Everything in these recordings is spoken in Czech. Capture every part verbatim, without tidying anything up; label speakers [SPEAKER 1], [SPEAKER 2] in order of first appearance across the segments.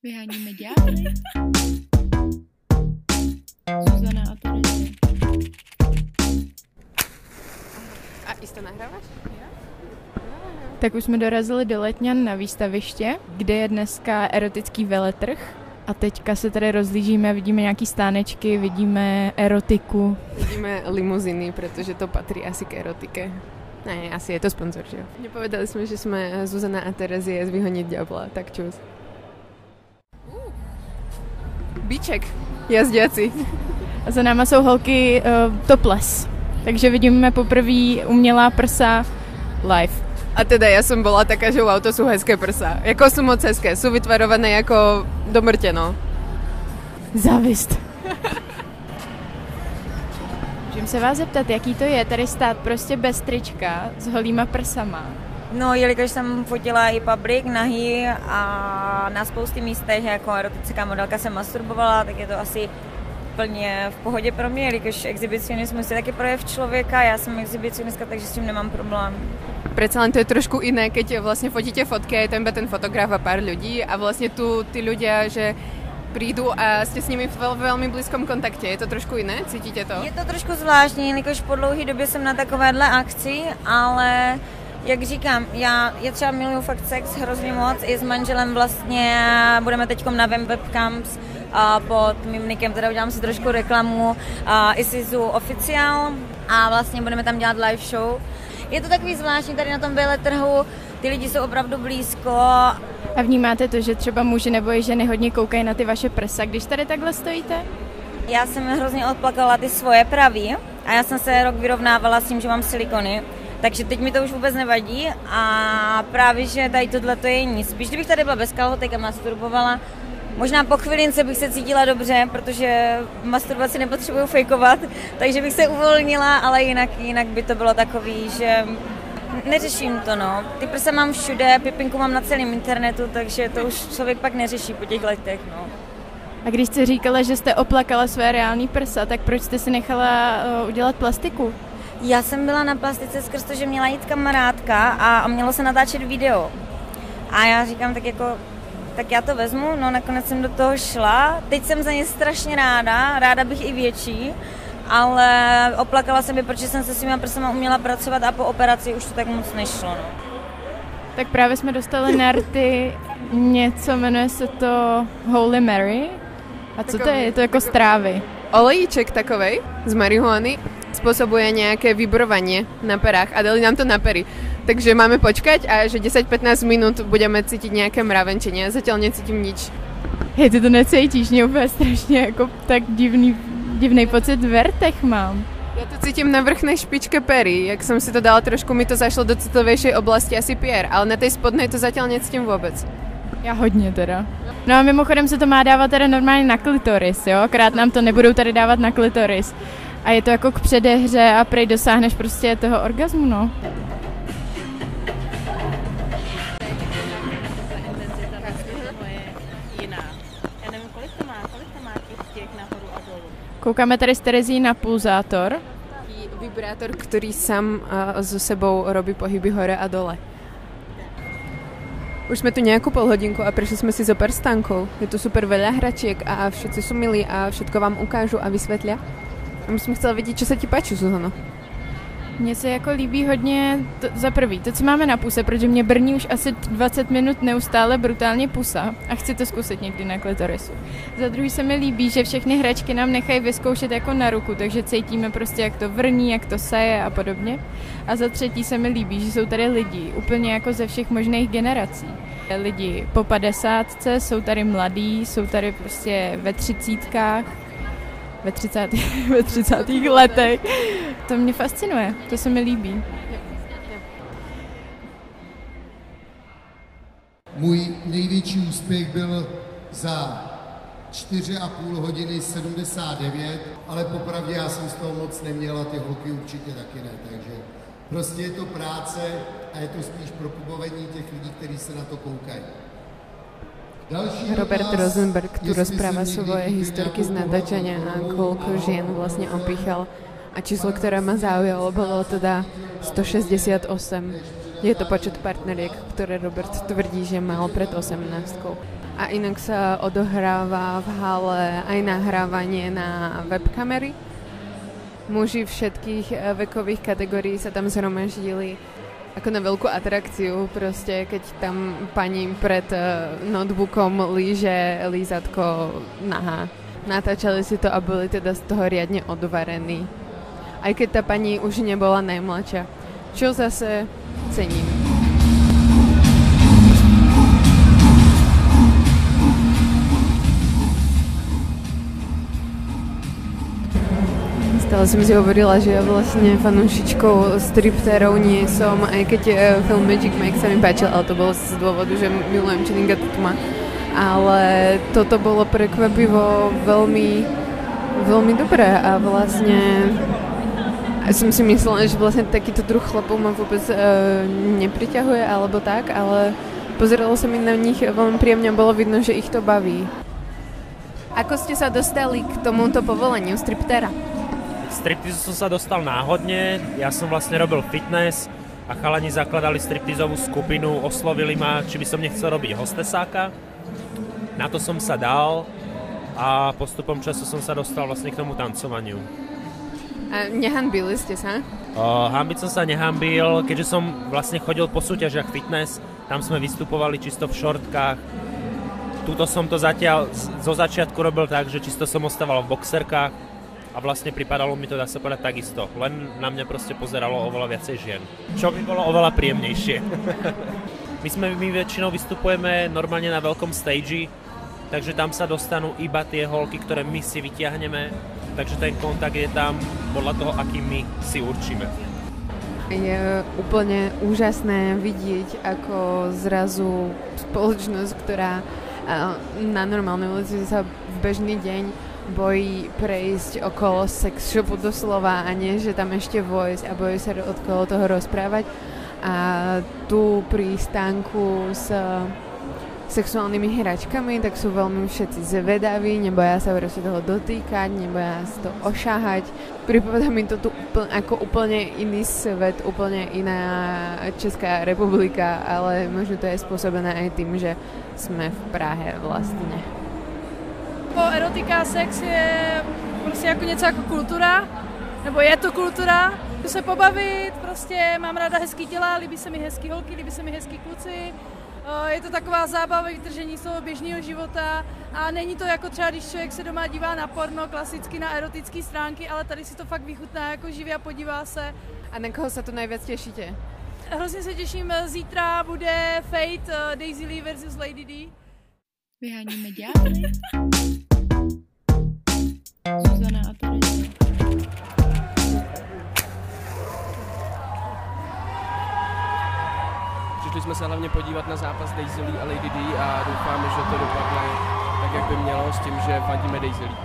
[SPEAKER 1] Vyháníme ďábly. Zuzana a Terezie.
[SPEAKER 2] A isto nahráváš?
[SPEAKER 1] Tak už jsme dorazili do Letňan na výstaviště, kde je dneska erotický veletrh. A teďka se tady rozlížíme, vidíme nějaký stánečky, vidíme erotiku.
[SPEAKER 2] Vidíme limuziny, protože to patří asi k erotike. Ne, asi je to sponzor, že jo? Nepovedali jsme, že jsme Zuzana a Terezie z Vyhonit ďábla, tak čus. Bíček, jazděci.
[SPEAKER 1] A za náma jsou holky uh, topless, takže vidíme poprvé umělá prsa live.
[SPEAKER 2] A teda ja som bola taká, že wow, to sú hezké prsa. Jako sú moc hezké, sú vytvarované jako do mrtě, no.
[SPEAKER 1] Závist. Můžeme se vás zeptat, jaký to je tady stát prostě bez trička s holýma prsama?
[SPEAKER 3] No, jelikož jsem fotila i public, nahý a na spousty místech jako erotická modelka jsem masturbovala, tak je to asi plně v pohodě pro mě, jelikož exhibicionismus je taky projev člověka, já jsem exhibicionistka, takže s tím nemám problém.
[SPEAKER 2] Predsa len to je trošku iné, keď vlastne fotíte fotky a je tam iba ten fotograf a pár ľudí a vlastne tu tí ľudia, že prídu a ste s nimi v veľ, veľmi blízkom kontakte. Je to trošku jiné? Cítíte to?
[SPEAKER 3] Je to trošku zvláštní, jelikož po dlouhé době jsem na takovéhle akci, ale jak říkám, já, já třeba miluju fakt sex hrozně moc, i s manželem vlastně budeme teďkom na webcams a pod mým nikem, teda udělám si trošku reklamu, a Isizu Official a vlastně budeme tam dělat live show. Je to takový zvláštní tady na tom veletrhu, ty lidi jsou opravdu blízko.
[SPEAKER 1] A vnímáte to, že třeba muži nebo i ženy hodně koukají na ty vaše prsa, když tady takhle stojíte?
[SPEAKER 3] Já jsem hrozně odplakala ty svoje pravý a já jsem se rok vyrovnávala s tím, že mám silikony, takže teď mi to už vůbec nevadí a právě, že tady tohle to je nic. Spíš kdybych tady byla bez kalhotek a masturbovala, možná po chvilince bych se cítila dobře, protože masturbaci nepotřebuju fejkovat, takže bych se uvolnila, ale jinak, jinak by to bylo takový, že neřeším to, no. Ty prsa mám všude, pipinku mám na celém internetu, takže to už člověk pak neřeší po těch letech, no.
[SPEAKER 1] A když jste říkala, že jste oplakala své reální prsa, tak proč jste si nechala uh, udělat plastiku?
[SPEAKER 3] Já jsem byla na plastice skrz to, že měla jít kamarádka a, a mělo se natáčet video. A já říkám, tak jako tak já to vezmu, no nakonec jsem do toho šla, teď jsem za ně strašně ráda, ráda bych i větší, ale oplakala jsem je, protože jsem se svýma prsama uměla pracovat a po operaci už to tak moc nešlo, no.
[SPEAKER 1] Tak právě jsme dostali na rty něco, jmenuje se to Holy Mary. A co to je? Je to jako strávy.
[SPEAKER 2] Olejíček takovej z marihuany spôsobuje nejaké vibrovanie na perách a dali nám to na pery. Takže máme počkať a že desať pätnásť minút budeme cítiť nejaké mravenčenie. Ja zatiaľ necítim nič.
[SPEAKER 1] Hej, ty to necítíš, mě úplně strašně jako tak divný, divný pocit vertech mám.
[SPEAKER 2] Ja to cítim na vrchnej špičke pery. Jak som si to dala trošku, mi to zašlo do citlivejšej oblasti asi pier, ale na tej spodnej to zatiaľ necítim vôbec.
[SPEAKER 1] Já hodně teda. No a mimochodem se to má dávat teda normálně na klitoris, jo? Akorát nám to nebudou tady dávat na klitoris. A je to jako k předehře a prej dosáhneš prostě toho orgazmu, no. Koukáme tady s Terezí na pulzátor.
[SPEAKER 2] Vibrátor, ktorý sám uh, so sebou robí pohyby hore a dole. Už sme tu nejakú polhodinku a prešli sme si zo pár stánkov. Je tu super veľa hračiek a všetci sú milí a všetko vám ukážu a vysvetlia. A my jsme chcela vidět, co se ti páči, Zuzano.
[SPEAKER 1] Mně se jako líbí hodně to, za prvý, to, co máme na puse, protože mě brní už asi dvacet minut neustále brutálně pusa a chci to zkusit někdy na klitorisu. Za druhý se mi líbí, že všechny hračky nám nechají vyzkoušet jako na ruku, takže cítíme prostě, jak to vrní, jak to saje a podobně. A za třetí se mi líbí, že jsou tady lidi úplně jako ze všech možných generací. Lidi po padesátce, jsou tady mladí, jsou tady prostě ve třicítkách, ve třicátých, ve třicátých letech. To mě fascinuje, to se mi líbí.
[SPEAKER 4] Můj největší úspěch byl za čtyři a půl hodiny sedmdesát devět, ale popravdě já jsem z toho moc neměl a ty holky určitě taky ne, takže prostě je to práce a je to spíš pro pobavení těch lidí, kteří se na to koukají.
[SPEAKER 2] Robert Rosenberg tu rozpráva svoje historky z natáčania a koľko žien vlastne opíchal a číslo, ktoré ma zaujalo, bolo teda sto šesťdesiatosem. Je to počet partneriek, ktoré Robert tvrdí, že mal pred osemnástkou. a inak sa odohráva v hale aj nahrávanie na webkamery. Muži všetkých vekových kategórií sa tam zhromaždili ako na veľkú atrakciu, proste keď tam pani pred notebookom líže lízatko nahá. Natáčali si to a boli teda z toho riadne odvarení. Aj keď tá pani už nebola najmladšia, čo zase cením. Stále som si hovorila, že ja vlastne fanúšičkou striptérov nie som, aj keď film Magic Mike sa mi páčil, ale to bolo z dôvodu, že milujem Channinga Tatuma. Ale toto bolo prekvapivo veľmi, veľmi dobré a vlastne som si myslela, že vlastne takýto druh chlapov ma vôbec e, nepriťahuje alebo tak, ale pozeralo sa mi na nich veľmi príjemne, bolo vidno, že ich to baví. Ako ste sa dostali k tomuto povoleniu striptéra?
[SPEAKER 5] Striptizu som sa dostal náhodne, ja som vlastne robil fitness a chalani zakladali striptizovú skupinu, oslovili ma, či by som nechcel robiť hostesáka. Na to som sa dal a postupom času som sa dostal vlastne k tomu tancovaniu.
[SPEAKER 2] A nehanbili ste sa?
[SPEAKER 5] Uh, hanbiť som sa nehanbil, keďže som vlastne chodil po súťažiach fitness, tam sme vystupovali čisto v šortkách. Tuto som to zatiaľ zo začiatku robil tak, že čisto som ostával v boxerkách a vlastne pripadalo mi to, dá sa povedať, takisto. Len na mňa proste pozeralo oveľa viacej žien. Čo by bolo oveľa príjemnejšie. my, sme, my väčšinou vystupujeme normálne na veľkom stage, takže tam sa dostanú iba tie holky, ktoré my si vyťahneme. Takže ten kontakt je tam podľa toho, aký my si určíme.
[SPEAKER 2] Je úplne úžasné vidieť, ako zrazu spoločnosť, ktorá na normálnej ulici sa v bežný deň bojí prejsť okolo sex shopu doslova a nie, že tam ešte vojsť a bojí sa okolo toho rozprávať. A tu pri stánku s sexuálnymi hračkami, tak sú veľmi všetci zvedaví, neboja sa proste toho dotýkať, neboja sa to ošáhať. Pripadá mi to tu úplne, ako úplne iný svet, úplne iná Česká republika, ale možno to je spôsobené aj tým, že sme v Prahe vlastne.
[SPEAKER 6] Erotika a sex je prostě jako něco jako kultura, nebo je to kultura. Chci se pobavit, prostě mám ráda hezký těla, líbí se mi hezký holky, líbí se mi hezký kluci. Je to taková zábava, vytržení z toho běžného života a není to jako třeba, když člověk se doma dívá na porno, klasicky na erotické stránky, ale tady si to fakt vychutná jako živě a podívá se.
[SPEAKER 2] A na koho se tu nejvíc těšíte?
[SPEAKER 6] Hrozně se těším, zítra bude Fate, Daisy Lee versus Lady D.
[SPEAKER 1] Vyháníme ďábly. Zuzana a Tereza.
[SPEAKER 7] Přišli jsme se hlavně podívat na zápas Daisy Lee a Lady D a doufáme, že to dopadne tak, jak by mělo, s tím, že fandíme Daisy Lee.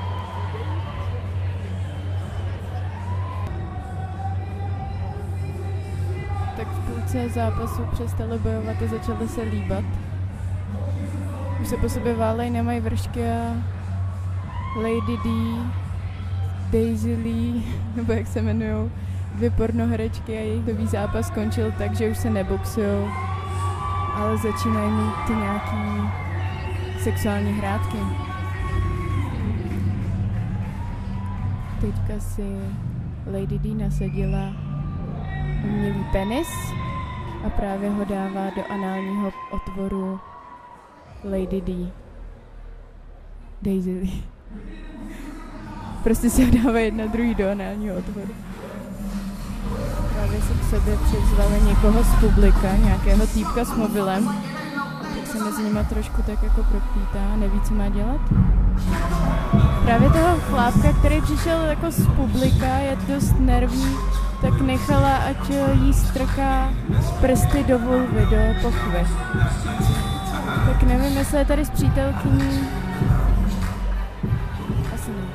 [SPEAKER 1] Tak v půlce zápasu přestali bojovat a začali se líbat. Už se po sobě válej, nemají vršky a Lady D, Daisy Lee, nebo jak se jmenujou, dvě pornoherečky a jejich nový zápas skončil tak, že už se neboxujou, ale začínají mít ty nějaký sexuální hrátky. Teďka si Lady D nasadila umělý penis a právě ho dává do análního otvoru Lady D. Daisy Lee. Prostě si ho dává jedna druhý do análního otvoru. Právě si k sobě přizvali někoho z publika, nějakého týpka s mobilem. Tak se mezi nima trošku tak jako propítá, neví, co má dělat. Právě toho chlápka, který přišel jako z publika, je dost nervní, tak nechala, ať jí strká prsty do vulvy, do pochvy. Tak nevím, jestli je tady s přítelkyní. Asi ne.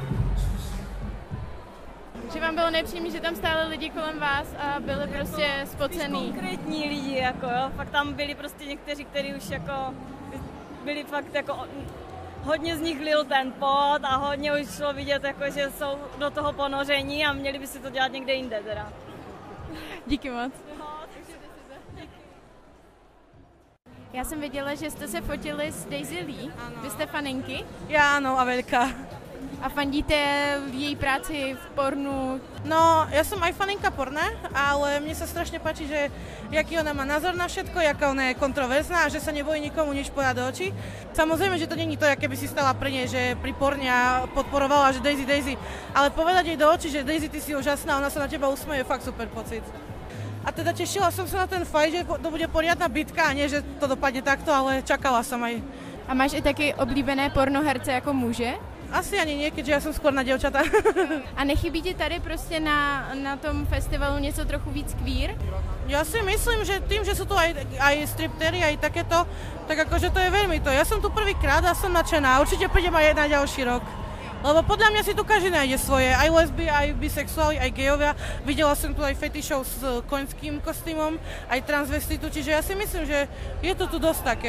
[SPEAKER 1] Že vám bylo nepříjemné, že tam stáli lidi kolem vás a byli prostě spocený.
[SPEAKER 3] Konkrétní lidi, jako jo. Fakt tam byli prostě někteří, kteří už jako byli fakt jako hodně z nich lil ten pot a hodně už šlo vidět, jako, že jsou do toho ponoření a měli by si to dělat někde jinde teda.
[SPEAKER 1] Díky moc.
[SPEAKER 3] No, takže
[SPEAKER 1] Já jsem viděla, že jste se fotili s Daisy Lee. Ano. Vy jste faninky?
[SPEAKER 8] Já ano, a veľká.
[SPEAKER 1] A fandíte její práci v pornu?
[SPEAKER 8] No, ja som aj faninka porna, ale mne sa strašne páči, že jaký ona má názor na všetko, jaká ona je kontroverzná a že sa nebojí nikomu nič povedať do očí. Samozrejme, že to není to, aké by si stala pri nej, že pri porne a podporovala, že Daisy, Daisy, ale povedať jej do očí, že Daisy, ty si úžasná, ona sa na teba usmeje, fakt super pocit. A teda tešila som sa na ten fight, že to bude poriadna bitka a nie, že to dopadne takto, ale čakala som aj.
[SPEAKER 1] A máš i taky oblíbené pornoherce jako muže?
[SPEAKER 8] Asi ani nie, keďže ja som skôr na dievčatá.
[SPEAKER 1] A nechybí ti tady prostě na, na tom festivalu něco trochu víc queer?
[SPEAKER 8] Ja si myslím, že tým, že sú tu aj, aj striptery, aj takéto, tak akože to je veľmi to. Ja som tu prvýkrát a som nadšená. Určite prídem aj na ďalší rok. Lebo podľa mňa si tu každý nájde svoje. Aj lesby, aj bisexuáli, aj gejovia. Videla som tu aj fetišov s koňským kostýmom, aj transvestitu, čiže ja si myslím, že je to tu dosť také.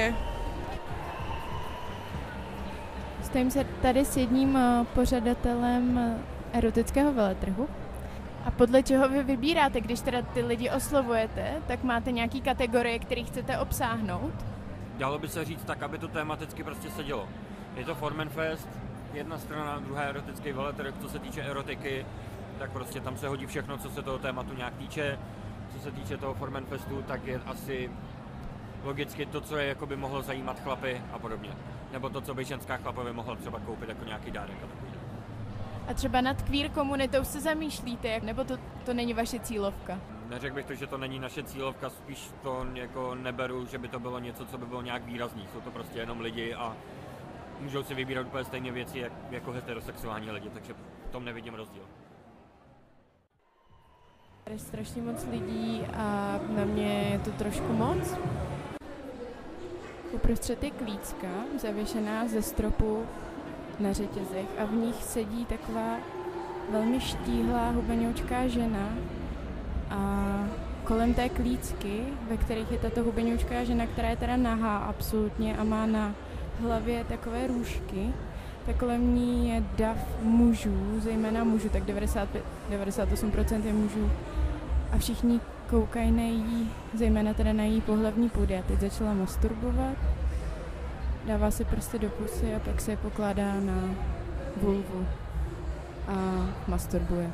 [SPEAKER 1] Stojím se tady s jedním pořadatelem erotického veletrhu. A podle čeho vy vybíráte, když teda ty lidi oslovujete, tak máte nějaký kategorie, které chcete obsáhnout?
[SPEAKER 9] Dalo by se říct tak, aby to tematicky prostě sedělo. Je to Formenfest, jedna strana, druhá erotický veletrh, co se týče erotiky, tak prostě tam se hodí všechno, co se toho tématu nějak týče. Co se týče toho Formenfestu, tak je asi logicky to, co je jakoby mohlo zajímat chlapy a podobně. Nebo to, co by ženská chlapovi mohla třeba koupit jako nějaký dárek a takový.
[SPEAKER 1] A třeba nad queer komunitou se zamýšlíte, nebo to, to není vaše cílovka?
[SPEAKER 9] Neřekl bych to, že to není naše cílovka, spíš to jako neberu, že by to bylo něco, co by bylo nějak výrazný. Jsou to prostě jenom lidi a můžou si vybírat úplně stejné věci jak, jako heterosexuální lidi, takže v tom nevidím rozdíl.
[SPEAKER 1] Je strašně moc lidí a na mě je to trošku moc. Uprostřed je klícka, zavěšená ze stropu na řetězech a v nich sedí taková velmi štíhlá hubeňoučká žena a kolem té klícky, ve kterých je tato hubeňoučká žena, která je teda nahá absolutně a má na hlavě takové růžky, tak kolem ní je dav mužů, zejména mužů, tak devadesát pět, devadesát osm procent je mužů a všichni koukají na jí, zejména teda na její pohlavní půdy. A teď začala masturbovat, dává si prsty do pusy a pak se je pokládá na vulvu a masturbuje.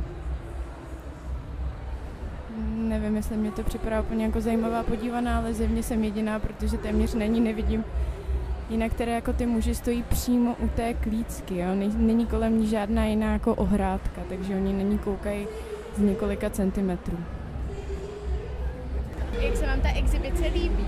[SPEAKER 1] Nevím, jestli mě to připadá úplně jako zajímavá podívaná, ale zjevně jsem jediná, protože téměř není, nevidím. Jinak teda jako ty muži stojí přímo u té klícky, jo? Není kolem ní žádná jiná jako ohrádka, takže oni na ní koukají z několika centimetrů. Jak se vám ta exibice líbí?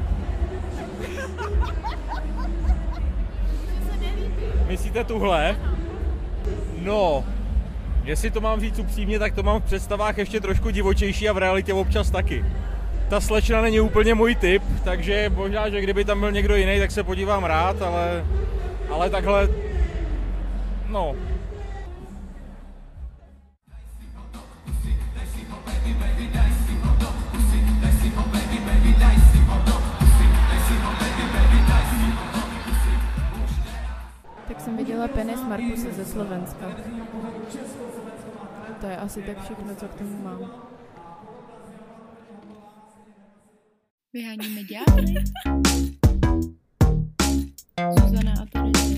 [SPEAKER 10] Myslíte tuhle? No, jestli to mám říct upřímně, tak to mám v představách ještě trošku divočejší a v realitě občas taky. Ta slečna není úplně můj typ, takže možná, že kdyby tam byl někdo jiný, tak se podívám rád, ale, ale takhle, no.
[SPEAKER 1] Tak jsem viděla penis Markuse ze Slovenska. To je asi tak všechno, co k tomu mám. Vyháníme ďábly. Zuzana a Tereza.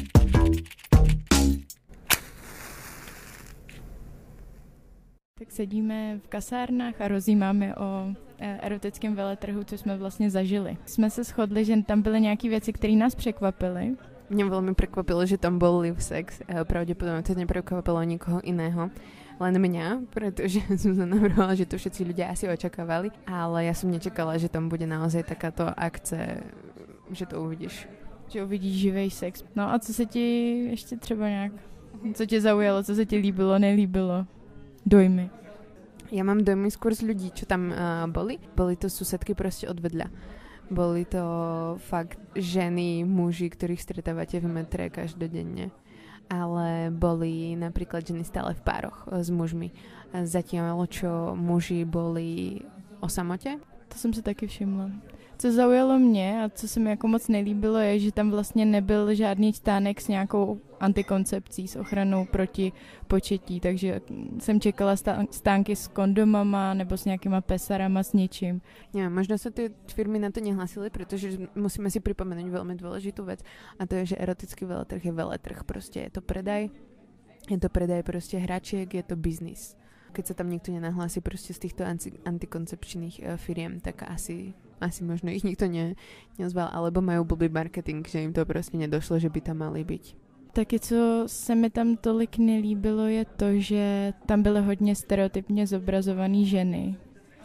[SPEAKER 1] Tak sedíme v kasárnách a rozjímáme o erotickém veletrhu, co jsme vlastně zažili. Jsme se shodli, že tam byly nějaké věci, které nás překvapily.
[SPEAKER 2] Mňa veľmi prekvapilo, že tam bol live sex. Pravdepodobne to neprekvapilo nikoho iného. Len mňa, pretože Zuzana navrhovala, že to všetci ľudia asi očakávali. Ale ja som nečakala, že tam bude naozaj takáto akce, že to uvidíš.
[SPEAKER 1] Že uvidíš živej sex. No a co se ti ještě třeba nějak, co tě zaujalo, co se ti líbilo, nelíbilo? Dojmy.
[SPEAKER 2] Ja mám dojmy skôr z ľudí, čo tam uh, boli. Boli to susedky proste odvedľa. Boli to fakt ženy, muži, ktorých stretávate v metre každodenne. Ale boli napríklad ženy stále v pároch s mužmi. Zatiaľ, čo muži boli o samote.
[SPEAKER 1] To jsem si taky všimla. Co zaujalo mě a co se mi jako moc nelíbilo je, že tam vlastně nebyl žádný čtánek s nějakou antikoncepcí, s ochranou proti početí, takže jsem čekala stánky s kondomama nebo s nějakýma pesarama, s ničím.
[SPEAKER 2] Ja, možno sa tie firmy na to nehlásili, pretože musíme si pripomenúť veľmi dôležitú vec a to je, že erotický veletrh je veletrh, proste je to predaj, je to predaj proste hračiek, je to biznis. Keď sa tam nikto nenahlási proste z týchto anti- antikoncepčných uh, firiem, tak asi, asi možno ich nikto ne, neozval, alebo majú blbý marketing, že im to proste nedošlo, že by tam mali byť.
[SPEAKER 1] Taky, co se mi tam tolik nelíbilo, je to, že tam byly hodně stereotypně zobrazované ženy.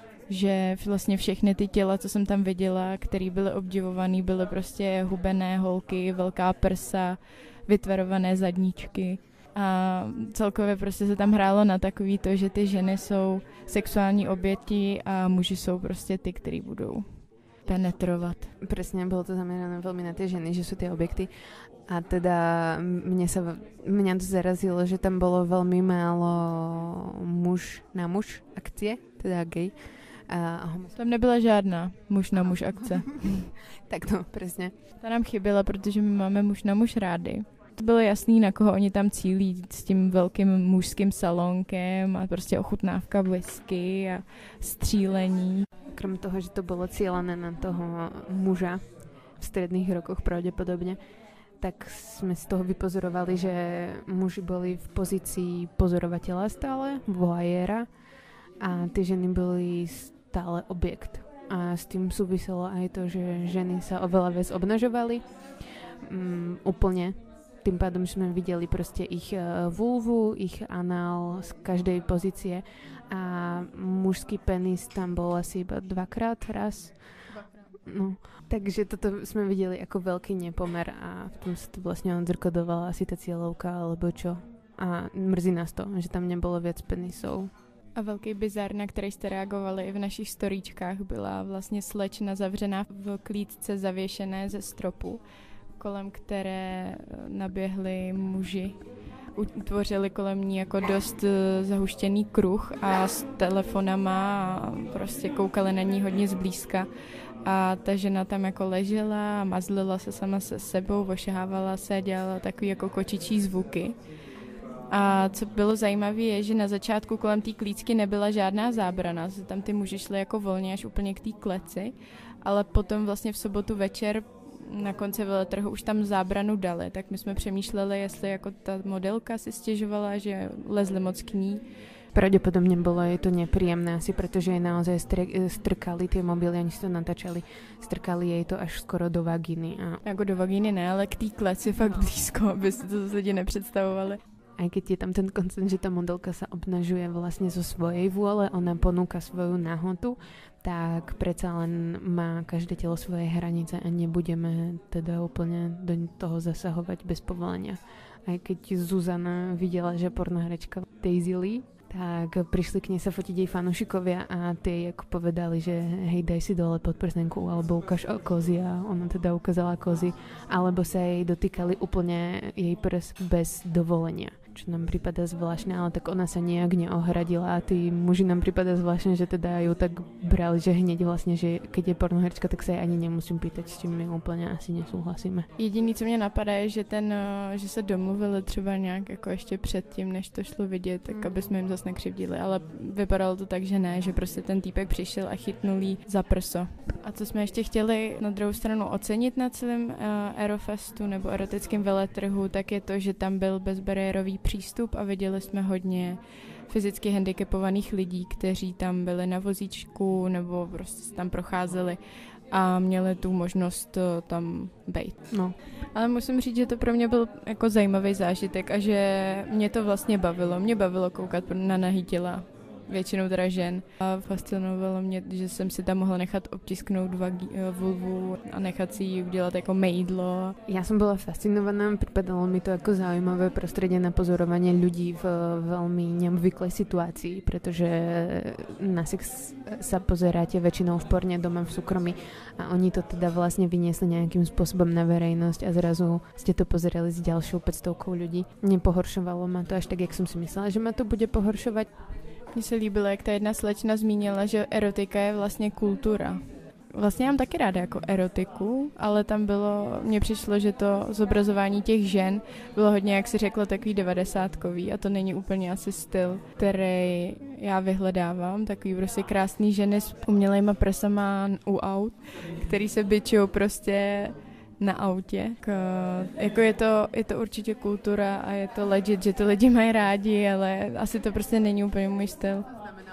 [SPEAKER 1] Že vlastně všechny ty těla, co jsem tam viděla, které byly obdivované, byly prostě hubené holky, velká prsa, vytvarované zadničky. A celkově prostě se tam hrálo na takový to, že ty ženy jsou sexuální oběti a muži jsou prostě ty, kteří budou penetrovat.
[SPEAKER 2] Presne, bolo to zamerané veľmi na tie ženy, že sú tie objekty. A teda mne sa, mňa to zarazilo, že tam bolo veľmi málo muž na muž akcie, teda gay. A
[SPEAKER 1] tam nebyla žádná muž na muž akce.
[SPEAKER 2] Tak no, presne.
[SPEAKER 1] Ta nám chyběla, protože my máme muž na muž rády. To bylo jasný, na koho oni tam cílí s tím velkým mužským salonkem a prostě ochutnávka whisky a střílení.
[SPEAKER 2] Krom toho, že to bolo cieľané na toho muža v stredných rokoch pravdepodobne, tak sme z toho vypozorovali, že muži boli v pozícii pozorovateľa stále, voajéra a tie ženy boli stále objekt. A s tým súviselo aj to, že ženy sa oveľa viac obnažovali um, úplne. Tým pádom sme videli proste ich vulvu, ich anál z každej pozície a mužský penis tam bol asi iba dvakrát raz. No, takže toto sme videli ako veľký nepomer a v tom sa to vlastne odzrkodovala asi tá cieľovka alebo čo. A mrzí nás to, že tam nebolo viac penisov.
[SPEAKER 1] A velký bizar, na který jste reagovali i v našich storíčkách, byla vlastně slečna zavřená v klídce zavěšené ze stropu, kolem které naběhli muži. Utvořili kolem ní jako dost zahuštěný kruh a s telefonama a prostě koukali na ní hodně zblízka. A ta žena tam jako ležela a mazlila se sama se sebou, ošahávala se, dělala takový jako kočičí zvuky. A co bylo zajímavé je, že na začátku kolem té klícky nebyla žádná zábrana, tam ty muži šli jako volně až úplně k té kleci, ale potom vlastně v sobotu večer na konci veletrhu už tam zábranu dali, tak my jsme přemýšleli, jestli jako ta modelka si stěžovala, že lezli moc k ní.
[SPEAKER 2] Pravdepodobne bolo je to nepríjemné asi, pretože jej naozaj strkali tie mobily, oni si to natáčali, strkali jej to až skoro do vagíny. A...
[SPEAKER 1] Jako do vagíny ne, ale k té kleci fakt blízko, aby si to lidi nepředstavovali.
[SPEAKER 2] Aj keď je tam ten koncept, že tá modelka sa obnažuje vlastne zo svojej vôle, ona ponúka svoju nahotu, tak predsa len má každé telo svoje hranice a nebudeme teda úplne do toho zasahovať bez povolenia. Aj keď Zuzana videla, že pornoherečka Daisy Lee, tak prišli k nej sa fotiť jej fanúšikovia a tie ako povedali, že hej, daj si dole podprsenku alebo ukáž kozy a ona teda ukázala kozy, alebo sa jej dotýkali úplne jej prs bez dovolenia, čo nám prípada zvláštne, ale tak ona sa nejak neohradila a tí muži nám prípada zvláštne, že teda ju tak brali, že hneď vlastne, že keď je pornoherečka, tak sa jej ani nemusím pýtať, s čím my úplne asi nesúhlasíme.
[SPEAKER 1] Jediný, co mě napadá, je, že ten, že se domluvili třeba nějak jako ještě předtím, než to šlo vidět, tak aby jsme jim zase nekřivdili, ale vypadalo to tak, že ne, že prostě ten týpek přišel a chytnul jí za prso. A co jsme ještě chtěli na druhou stranu ocenit na celém uh, Aerofestu nebo erotickém veletrhu, tak je to, že tam byl bezbariérový přístup a viděli jsme hodně fyzicky handicapovaných lidí, kteří tam byli na vozíčku nebo prostě tam procházeli a měli tu možnost tam bejt.
[SPEAKER 2] No.
[SPEAKER 1] Ale musím říct, že to pro mě byl jako zajímavý zážitek a že mě to vlastně bavilo. Mě bavilo koukat na nahý těla, většinou teda žen. A fascinovalo mě, že jsem si tam mohla nechat obtisknout vagi, vulvu a nechat si ji udělat jako mejdlo.
[SPEAKER 2] Ja som bola fascinovaná, pripadalo mi to ako zaujímavé prostredie na pozorovanie ľudí v veľmi neobvyklej situácii, pretože na sex sa pozeráte väčšinou v porne doma v súkromí a oni to teda vlastne vyniesli nejakým spôsobom na verejnosť a zrazu ste to pozerali s ďalšou päťstovkou ľudí. Nepohoršovalo ma to až tak, jak som si myslela, že ma to bude pohoršovať.
[SPEAKER 1] Mně se líbilo, jak ta jedna slečna zmínila, že erotika je vlastně kultura. vlastně mám taky ráda jako erotiku, ale tam bylo, mně přišlo, že to zobrazování těch žen bylo hodně, jak si řekla, takový devadesátkový a to není úplně asi styl, který já vyhledávám, takový prostě krásný ženy s umělejma prsama u aut, který se bičujou prostě na autě. K, jako je to, je to určitě kultura a je to legit, že to lidi mají rádi, ale asi to prostě není úplně můj styl.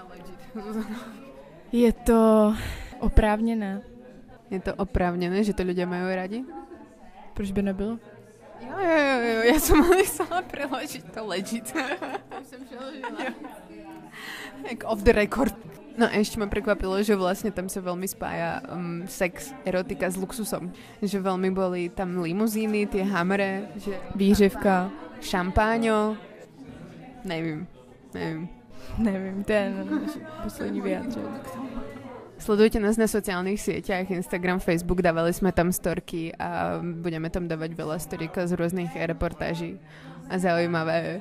[SPEAKER 1] Je to oprávněné.
[SPEAKER 2] Je to oprávněné, že to ľudia majú radi?
[SPEAKER 1] Proč by nebylo?
[SPEAKER 2] Jo, jo, jo, jo. Ja som ale chcela preložiť to legit.
[SPEAKER 1] Jsem přeložila.
[SPEAKER 2] Jak off the record. No a ešte ma prekvapilo, že vlastne tam sa veľmi spája um, sex, erotika s luxusom. Že veľmi boli tam limuzíny, tie hamre, že...
[SPEAKER 1] Výřivka.
[SPEAKER 2] Šampáňo. Nevím, nevím.
[SPEAKER 1] Nevím, to je poslední vyjádření.
[SPEAKER 2] Sledujte nás na sociálnych sieťach, Instagram, Facebook, dávali sme tam storky a budeme tam dávať veľa storík z rôznych reportáží a zaujímavé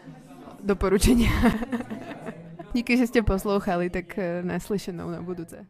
[SPEAKER 2] doporučenia. Díky, že ste poslouchali, tak naslyšenou na budúce.